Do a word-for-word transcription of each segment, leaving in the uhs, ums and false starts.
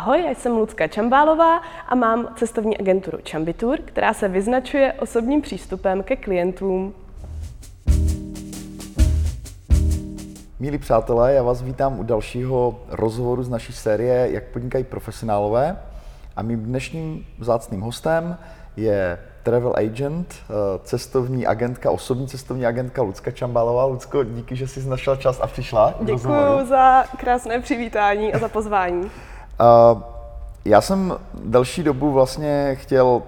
Ahoj, já jsem Lucka Čambálová a mám cestovní agenturu Čambitour, která se vyznačuje osobním přístupem ke klientům. Milí přátelé, já vás vítám u dalšího rozhovoru z naší série Jak podnikají profesionálové. A mým dnešním vzácným hostem je travel agent, cestovní agentka, osobní cestovní agentka Lucka Čambálová. Lucko, díky, že jsi našla čas a přišla. Děkuji za krásné přivítání a za pozvání. Uh, já jsem delší dobu vlastně chtěl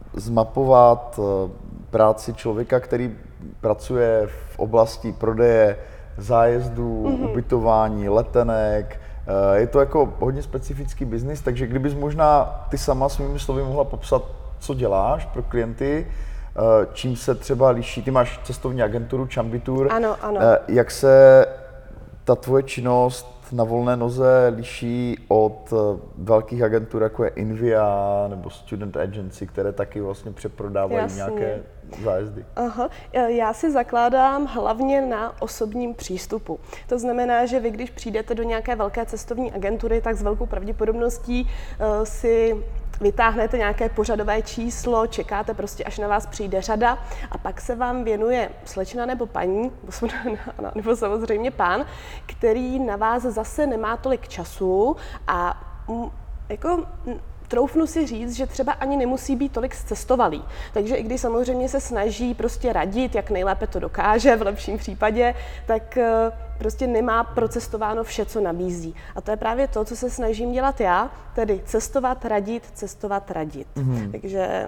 zmapovat práci člověka, který pracuje v oblasti prodeje zájezdů, mm-hmm. ubytování, letenek. Je to jako hodně specifický biznis, takže kdybys možná ty sama svými slovy mohla popsat, co děláš pro klienty, čím se třeba liší. Ty máš cestovní agenturu Čambitour. Ano, ano. Jak se ta tvoje činnost na volné noze liší od velkých agentur, jako je Invia nebo Student Agency, které taky vlastně přeprodávají Jasně. nějaké zájezdy? Aha. Já si zakládám hlavně na osobním přístupu. To znamená, že vy, když přijdete do nějaké velké cestovní agentury, tak s velkou pravděpodobností uh, si vytáhnete nějaké pořadové číslo, čekáte prostě, až na vás přijde řada a pak se vám věnuje slečna nebo paní, nebo samozřejmě pán, který na vás zase nemá tolik času a jako troufnu si říct, že třeba ani nemusí být tolik zcestovalý. Takže i když samozřejmě se snaží prostě radit, jak nejlépe to dokáže v lepším případě, tak prostě nemá procestováno vše, co nabízí. A to je právě to, co se snažím dělat já, tedy cestovat, radit, cestovat, radit. Mm-hmm. Takže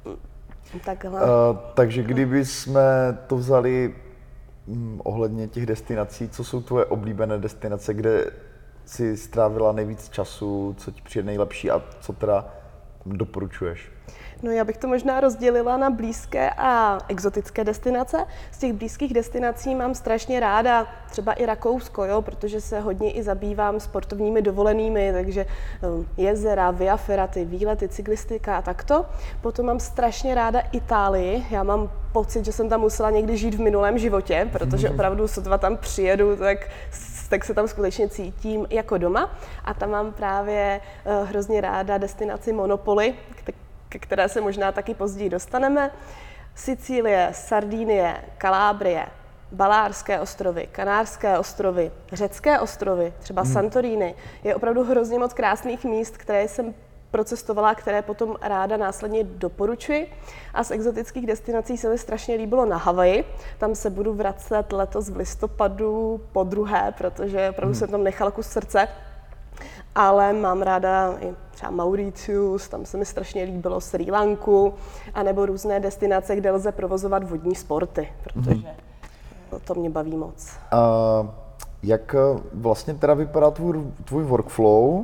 takhle. Uh, takže kdyby jsme to vzali hm, ohledně těch destinací, co jsou tvoje oblíbené destinace, kde jsi strávila nejvíc času, co ti přijde nejlepší a co teda doporučuješ? No, já bych to možná rozdělila na blízké a exotické destinace. Z těch blízkých destinací mám strašně ráda třeba i Rakousko, jo, protože se hodně i zabývám sportovními dovolenými, takže jezera, via ferraty, výlety, cyklistika a takto. Potom mám strašně ráda Itálii. Já mám pocit, že jsem tam musela někdy žít v minulém životě, protože opravdu sotva tam přijedu, tak tak se tam skutečně cítím jako doma. A tam mám právě uh, hrozně ráda destinaci Monopoly, ke které se možná taky později dostaneme. Sicílie, Sardinie, Kalábrie, Balárské ostrovy, Kanárské ostrovy, Řecké ostrovy, třeba hmm. Santorini. Je opravdu hrozně moc krásných míst, které jsem procestovala, které potom ráda následně doporučuji. A z exotických destinací se mi strašně líbilo na Havaji. Tam se budu vracet letos v listopadu po druhé, protože opravdu hmm. jsem tam nechala kus srdce. Ale mám ráda i třeba Mauritius, tam se mi strašně líbilo Srí Lanku, anebo různé destinace, kde lze provozovat vodní sporty, protože hmm. to mě baví moc. Uh, jak vlastně teda vypadá tvůj, tvůj workflow? Uh,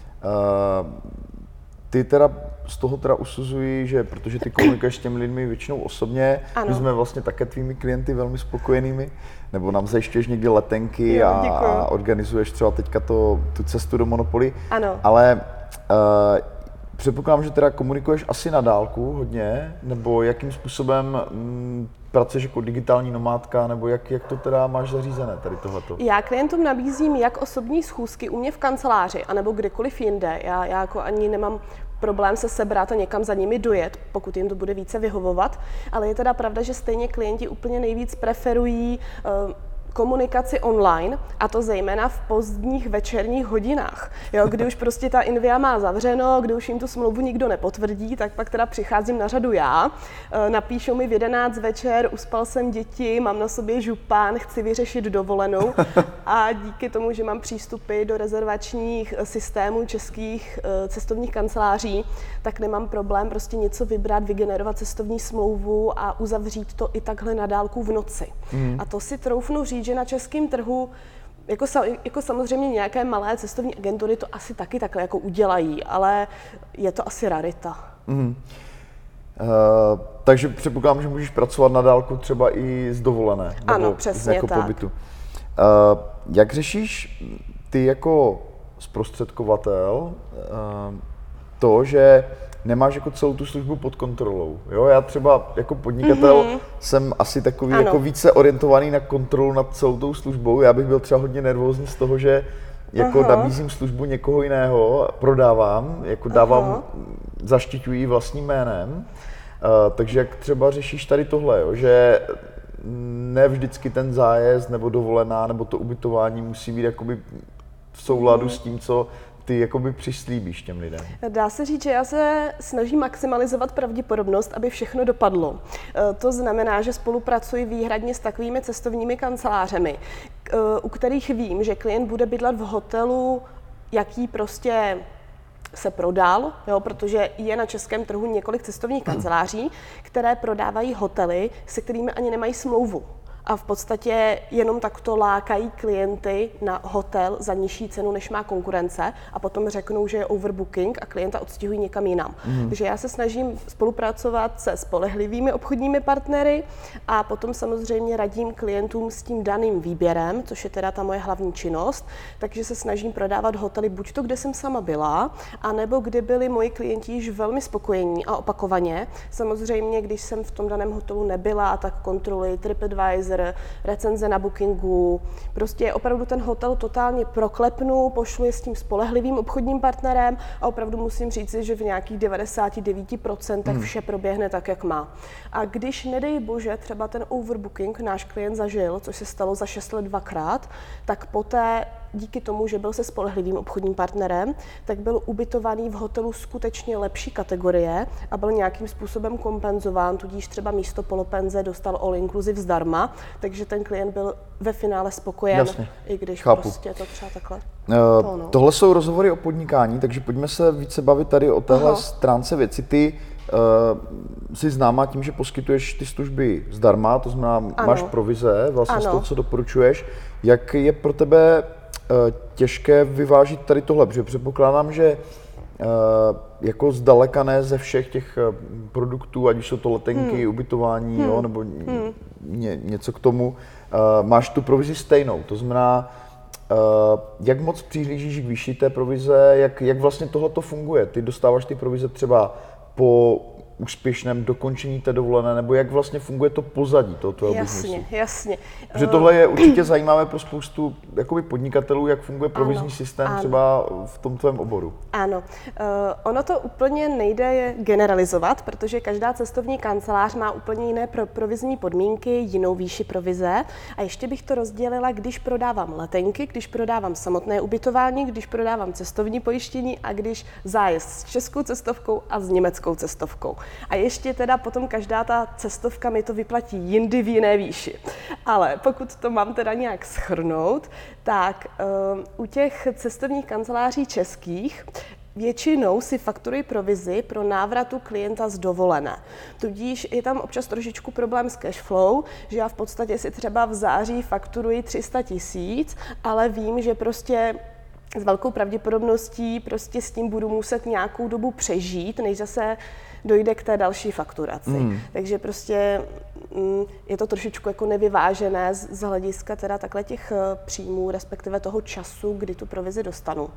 Ty teda z toho teda usuzuji, že protože ty komunikuješ s těmi lidmi většinou osobně, ano. My jsme vlastně také tvými klienty velmi spokojenými, nebo nám zajišťuješ někdy letenky jo, a, a organizuješ třeba teďka to, tu cestu do Monopoly. Ano. Ale uh, předpokládám, že teda komunikuješ asi na dálku hodně, nebo jakým způsobem m, pracuješ jako digitální nomádka, nebo jak, jak to teda máš zařízené tady tohleto? Já klientům nabízím jak osobní schůzky u mě v kanceláři, anebo kdekoliv jinde. Já, já jako ani nemám problém se sebrat a někam za nimi dojet, pokud jim to bude více vyhovovat, ale je teda pravda, že stejně klienti úplně nejvíc preferují uh, komunikaci online, a to zejména v pozdních večerních hodinách. Jo, kdy už prostě ta Invia má zavřeno, kdy už jim tu smlouvu nikdo nepotvrdí, tak pak teda přicházím na řadu já. Napíšou mi v jedenáct večer, uspal jsem děti, mám na sobě župán, chci vyřešit dovolenou a díky tomu, že mám přístupy do rezervačních systémů českých cestovních kanceláří, tak nemám problém prostě něco vybrat, vygenerovat cestovní smlouvu a uzavřít to i takhle na dálku v noci. Mm. A to si troufnu říct, že na českém trhu jako, jako samozřejmě nějaké malé cestovní agentury to asi taky takhle jako udělají, ale je to asi rarita. Mm. Uh, takže předpokládám, že můžeš pracovat na dálku třeba i z dovolené. Ano, nebo přesně jako tak. Pobytu. Uh, jak řešíš ty jako zprostředkovatel uh, to, že nemáš jako celou tu službu pod kontrolou. Jo? Já třeba jako podnikatel mm-hmm. jsem asi takový jako více orientovaný na kontrolu nad celou tou službou. Já bych byl třeba hodně nervózní z toho, že jako Aha. nabízím službu někoho jiného, prodávám, jako dávám, Aha. zaštiťuji vlastním jménem. Uh, takže jak třeba řešíš tady tohle, jo, že ne vždycky ten zájezd nebo dovolená nebo to ubytování musí být jakoby v souladu hmm. s tím, co ty jakoby přislíbíš těm lidem? Dá se říct, že já se snažím maximalizovat pravděpodobnost, aby všechno dopadlo. To znamená, že spolupracuji výhradně s takovými cestovními kancelářemi, u kterých vím, že klient bude bydlet v hotelu, jaký prostě se prodal, jo, protože je na českém trhu několik cestovních kanceláří, které prodávají hotely, se kterými ani nemají smlouvu. A v podstatě jenom takto lákají klienty na hotel za nižší cenu, než má konkurence, a potom řeknou, že je overbooking a klienta odstěhují někam jinam. Mm. Takže já se snažím spolupracovat se spolehlivými obchodními partnery a potom samozřejmě radím klientům s tím daným výběrem, což je teda ta moje hlavní činnost, takže se snažím prodávat hotely buď to, kde jsem sama byla, anebo kde byli moji klienti již velmi spokojení a opakovaně. Samozřejmě, když jsem v tom daném hotelu nebyla, tak kontroluji TripAdvisor, recenze na Bookingu, prostě opravdu ten hotel totálně proklepnu, pošlu je s tím spolehlivým obchodním partnerem a opravdu musím říct, že v nějakých devadesát devět procent hmm. vše proběhne tak, jak má. A když, nedej bože, třeba ten overbooking náš klient zažil, což se stalo za šest let dvakrát, tak poté díky tomu, že byl se spolehlivým obchodním partnerem, tak byl ubytovaný v hotelu skutečně lepší kategorie a byl nějakým způsobem kompenzován, tudíž třeba místo polopenze dostal all inclusive zdarma, takže ten klient byl ve finále spokojen, Jasně. i když Chápu. prostě to třeba takhle. Uh, to, no. Tohle jsou rozhovory o podnikání, takže pojďme se více bavit tady o téhle Aha. stránce věci. Ty uh, jsi známá tím, že poskytuješ ty služby zdarma, to znamená, ano. máš provize vlastně ano. z toho, co doporučuješ. Jak je pro tebe těžké vyvážit tady tohle, protože předpokládám, že jako zdaleka ne ze všech těch produktů, ať už jsou to letenky, hmm. ubytování, hmm. jo, nebo hmm. ně, něco k tomu, máš tu provizi stejnou. To znamená, jak moc přihlížíš k výši té provize, jak, jak vlastně tohleto funguje? Ty dostáváš ty provize třeba po úspěšném dokončení té dovolené, nebo jak vlastně funguje to pozadí toho tvého biznesu? Jasně, jasně. Protože tohle je určitě zajímavé pro spoustu jakoby podnikatelů, jak funguje provizní ano, systém ano. třeba v tom tvém oboru. Ano. Uh, ono to úplně nejde generalizovat, protože každá cestovní kancelář má úplně jiné pro provizní podmínky, jinou výši provize. A ještě bych to rozdělila, když prodávám letenky, když prodávám samotné ubytování, když prodávám cestovní pojištění a když zájezd s českou cestovkou a s německou cestovkou. A ještě teda potom každá ta cestovka mi to vyplatí jindy v jiné výši. Ale pokud to mám teda nějak shrnout, tak um, u těch cestovních kanceláří českých většinou si fakturují provizi pro návratu klienta z dovolené. Tudíž je tam občas trošičku problém s cash flow, že já v podstatě si třeba v září fakturuji tři sta tisíc, ale vím, že prostě s velkou pravděpodobností prostě s tím budu muset nějakou dobu přežít, než zase dojde k té další fakturaci. Mm. Takže prostě mm, je to trošičku jako nevyvážené z, z hlediska teda takhle těch příjmů, respektive toho času, kdy tu provizi dostanu.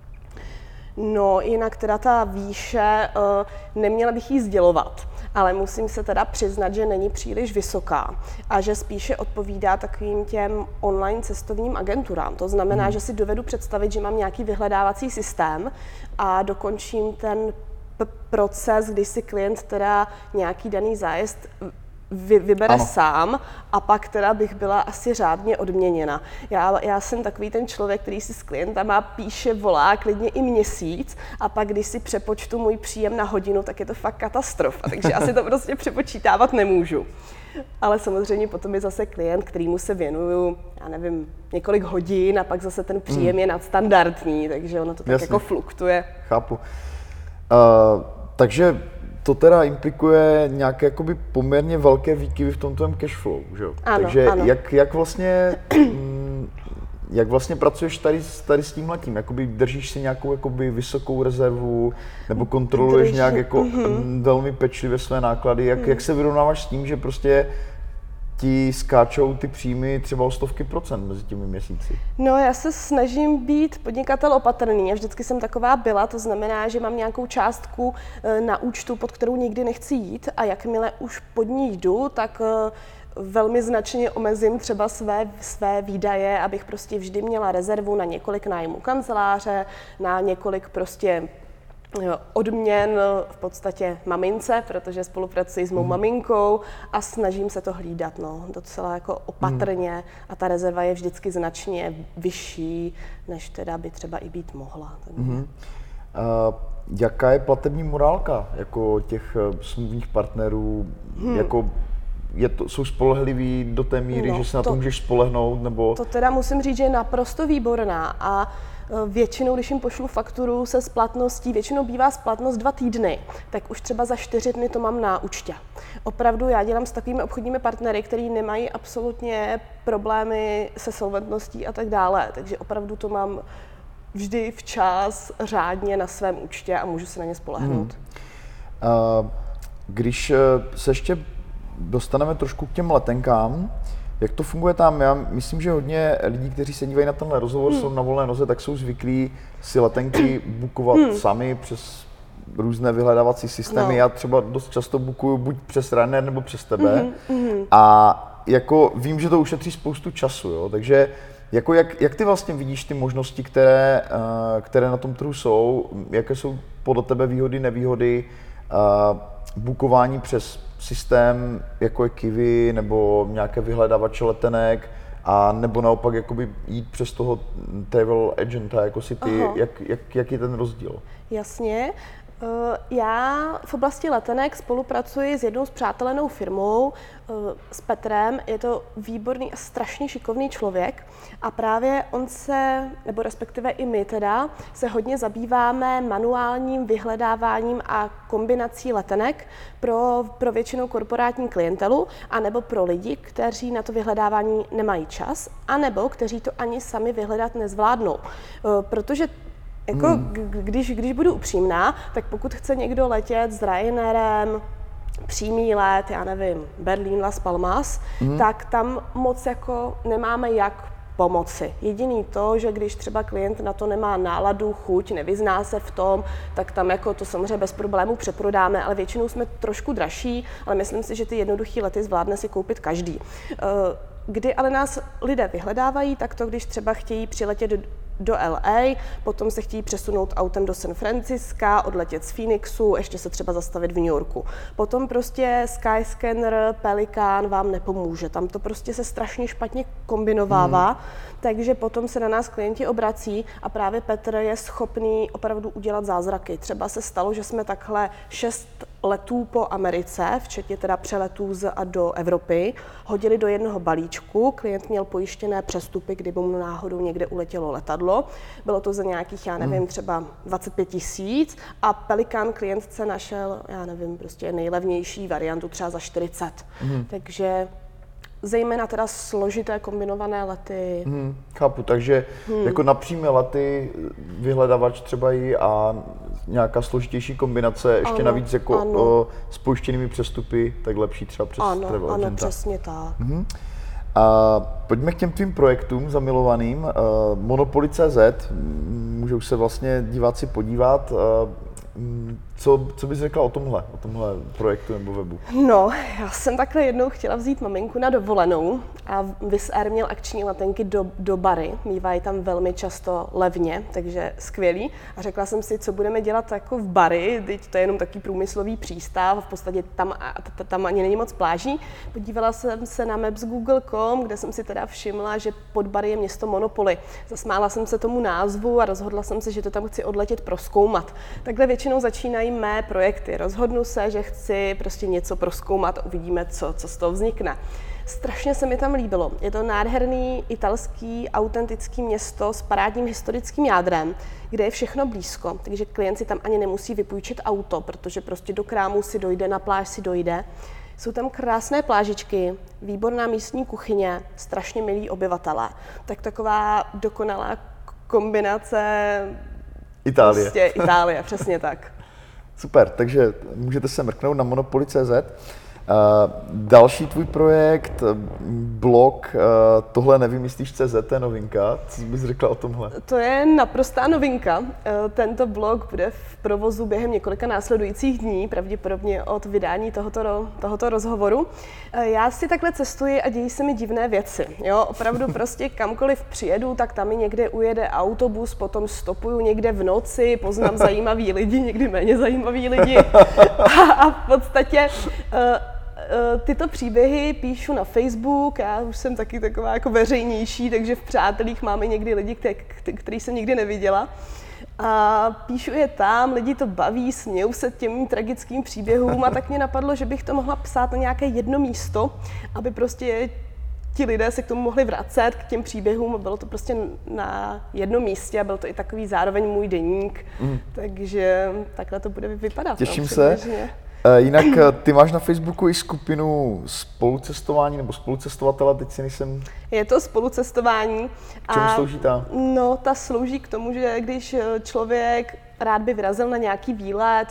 No, jinak teda ta výše, uh, neměla bych jí sdělovat, ale musím se teda přiznat, že není příliš vysoká a že spíše odpovídá takovým těm online cestovním agenturám. To znamená, hmm. že si dovedu představit, že mám nějaký vyhledávací systém a dokončím ten p- proces, kdy si klient teda nějaký daný zájezd Vy, vybere ano. sám a pak teda bych byla asi řádně odměněna. Já, já jsem takový ten člověk, který si s klientama píše, volá klidně i měsíc a pak, když si přepočtu můj příjem na hodinu, tak je to fakt katastrofa, takže asi to prostě přepočítávat nemůžu. Ale samozřejmě potom je zase klient, kterýmu se věnuju, já nevím, několik hodin a pak zase ten příjem hmm. je nadstandardní, takže ono to tak Jasně. jako fluktuje. Chápu. Uh, takže to teda implikuje nějaké jakoby poměrně velké výkyvy v tom tvém cash flow, že jo? Ano, Takže ano. Jak, jak vlastně jak vlastně pracuješ tady, tady s tímhletím? Jakoby držíš si nějakou jakoby vysokou rezervu nebo kontroluješ Drž. nějak jako mm-hmm. velmi pečlivě své náklady? Jak, mm. jak se vyrovnáváš s tím, že prostě ti skáčou ty příjmy třeba o stovky procent mezi těmi měsíci? No, já se snažím být podnikatel opatrný. Já vždycky jsem taková byla, to znamená, že mám nějakou částku na účtu, pod kterou nikdy nechci jít a jakmile už pod ní jdu, tak velmi značně omezím třeba své, své výdaje, abych prostě vždy měla rezervu na několik nájmů kanceláře, na několik prostě odměn v podstatě mamince, protože spolupracuji s mou maminkou a snažím se to hlídat no, docela jako opatrně a ta rezerva je vždycky značně vyšší, než teda by třeba i být mohla. Mm-hmm. Uh, jaká je platební morálka jako těch smluvních partnerů? Hmm. Jako je to, jsou spolehliví do té míry, no, že se na to, to můžeš spolehnout? Nebo... To teda musím říct, že je naprosto výborná a většinou, když jim pošlu fakturu se splatností, většinou bývá splatnost dva týdny, tak už třeba za čtyři dny to mám na účtě. Opravdu já dělám s takovými obchodními partnery, kteří nemají absolutně problémy se solventností a tak dále, takže opravdu to mám vždy včas, řádně na svém účtě a můžu se na ně spolehnout. Hmm. Uh, když se ještě dostaneme trošku k těm letenkám, jak to funguje tam? Já myslím, že hodně lidí, kteří se dívají na tenhle rozhovor, hmm. jsou na volné noze, tak jsou zvyklí si letenky bookovat hmm. sami přes různé vyhledávací systémy. No. Já třeba dost často bookuju buď přes Ryanair nebo přes tebe. Mm-hmm. A jako vím, že to ušetří spoustu času, jo? Takže jako jak, jak ty vlastně vidíš ty možnosti, které, uh, které na tom trhu jsou? Jaké jsou podle tebe výhody, nevýhody uh, bookování přes systém, jako je Kiwi, nebo nějaké vyhledávače letenek, a nebo naopak jakoby jít přes toho travel agenta, jako si ty, jak, jak, jak je ten rozdíl? Jasně. Já v oblasti letenek spolupracuji s jednou spřátelenou firmou, s Petrem. Je to výborný a strašně šikovný člověk a právě on se, nebo respektive i my teda, se hodně zabýváme manuálním vyhledáváním a kombinací letenek pro, pro většinou korporátní klientelu, anebo pro lidi, kteří na to vyhledávání nemají čas, anebo kteří to ani sami vyhledat nezvládnou. Protože Jako, hmm. když, když budu upřímná, tak pokud chce někdo letět s Ryanairem, přímý let, já nevím, Berlín, Las Palmas, hmm. tak tam moc jako nemáme jak pomoci. Jediný to, že když třeba klient na to nemá náladu, chuť, nevyzná se v tom, tak tam jako to samozřejmě bez problémů přeprodáme, ale většinou jsme trošku dražší, ale myslím si, že ty jednoduchý lety zvládne si koupit každý. Kdy ale nás lidé vyhledávají, tak to, když třeba chtějí přiletět do, do L A, potom se chtějí přesunout autem do San Francisca, odletět z Phoenixu, ještě se třeba zastavit v New Yorku. Potom prostě Skyscanner, Pelican vám nepomůže, tam to prostě se strašně špatně kombinovává, hmm. takže potom se na nás klienti obrací a právě Petr je schopný opravdu udělat zázraky. Třeba se stalo, že jsme takhle šest letů po Americe, včetně teda přeletů z a do Evropy, hodili do jednoho balíčku. Klient měl pojištěné přestupy, kdyby mu náhodou někde uletělo letadlo. Bylo to za nějakých, já nevím, třeba dvacet pět tisíc a Pelikan klientce našel, já nevím, prostě nejlevnější variantu třeba za čtyřicet. Mm. Takže zejména teda složité kombinované lety. Hmm, chápu, takže hmm. jako napřímé lety, vyhledavač třeba i a nějaká složitější kombinace, ještě ano, navíc jako ano. s pojištěnými přestupy, tak lepší třeba přes ano, travel ano, agenta. přesně tak. Hmm. A pojďme k těm tvým projektům zamilovaným. Uh, Monopoly tečka cé zet, můžou se vlastně diváci podívat. Uh, Co, co bys řekla o tomhle, o tomhle projektu nebo webu? No, já jsem takhle jednou chtěla vzít maminku na dovolenou a Wizz Air měl akční letenky do, do Bari, mívají tam velmi často levně, takže skvělý. A řekla jsem si, co budeme dělat jako v Bari, teď to je jenom takový průmyslový přístav, v podstatě tam, tam ani není moc pláží. Podívala jsem se na maps google tečka com, kde jsem si teda všimla, že pod Bari je město Monopoly. Zasmála jsem se tomu názvu a rozhodla jsem se, že to tam chci odletět prozkoumat. Takhle většinou začínají mé projekty. Rozhodnu se, že chci prostě něco prozkoumat a uvidíme, co, co z toho vznikne. Strašně se mi tam líbilo. Je to nádherný italský autentický město s parádním historickým jádrem, kde je všechno blízko, takže klient si tam ani nemusí vypůjčit auto, protože prostě do krámu si dojde, na pláž si dojde. Jsou tam krásné plážičky, výborná místní kuchyně, strašně milí obyvatelé. Tak taková dokonalá kombinace Itálie. Prostě Itálie, přesně tak. Super, takže můžete se mrknout na Monopoly tečka cé zet. další tvůj projekt, blog, uh, tohle nevymyslíš C Z, to je novinka. Co bys řekla o tomhle? To je naprostá novinka. Uh, tento blog bude v provozu během několika následujících dní, pravděpodobně od vydání tohoto, tohoto rozhovoru. Uh, já si takhle cestuji a dějí se mi divné věci. Jo? Opravdu prostě kamkoliv přijedu, tak tam mi někde ujede autobus, potom stopuju někde v noci, poznám zajímavý lidi, někdy méně zajímavý lidi. A, a v podstatě uh, tyto příběhy píšu na Facebook, já už jsem taky taková jako veřejnější, takže v přátelích máme někdy lidi, který, který jsem nikdy neviděla. A píšu je tam, lidi to baví, smějou se těm tragickým příběhům a tak mě napadlo, že bych to mohla psát na nějaké jedno místo, aby prostě ti lidé se k tomu mohli vracet, k těm příběhům, a bylo to prostě na jednom místě a byl to i takový zároveň můj deník, mm. takže takhle to bude vypadat. Těším no, se. Jinak ty máš na Facebooku i skupinu spolucestování nebo spolucestovatele, teď si nejsem... Je to spolucestování. K čemu slouží ta? No, ta slouží k tomu, že když člověk rád by vyrazil na nějaký výlet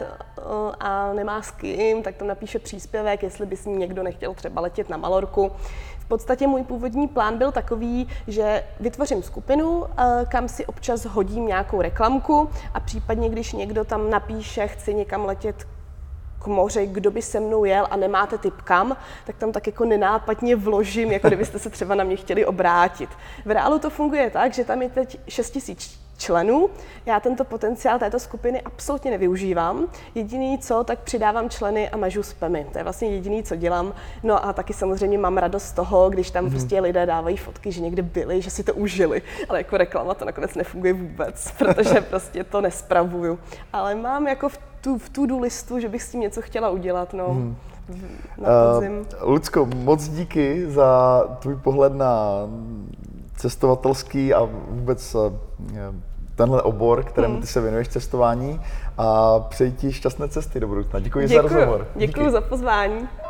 a nemá s kým, tak tam napíše příspěvek, jestli by s ním někdo nechtěl třeba letět na Malorku. V podstatě můj původní plán byl takový, že vytvořím skupinu, kam si občas hodím nějakou reklamku a případně, když někdo tam napíše, chci někam letět k moři, kdo by se mnou jel a nemáte tip kam, tak tam tak jako nenápadně vložím, jako kdybyste se třeba na mě chtěli obrátit. V reálu to funguje tak, že tam je teď šest tisíc členů. Já tento potenciál této skupiny absolutně nevyužívám. Jediný co, tak přidávám členy a mažu spamy. To je vlastně jediný, co dělám. No a taky samozřejmě mám radost z toho, když tam mm. prostě lidé dávají fotky, že někde byli, že si to užili. Ale jako reklama to nakonec nefunguje vůbec, protože prostě to nespravuju. Ale mám jako v tu, v tu listu, že bych s tím něco chtěla udělat. No. Mm. Na podzim. Uh, Lucko, moc díky za tvůj pohled na cestovatelský a vůbec tenhle obor, kterému ty se věnuješ, cestování, a přeji ti šťastné cesty do budoucna. Děkuji Děkuju. za rozhovor. Děkuji za pozvání.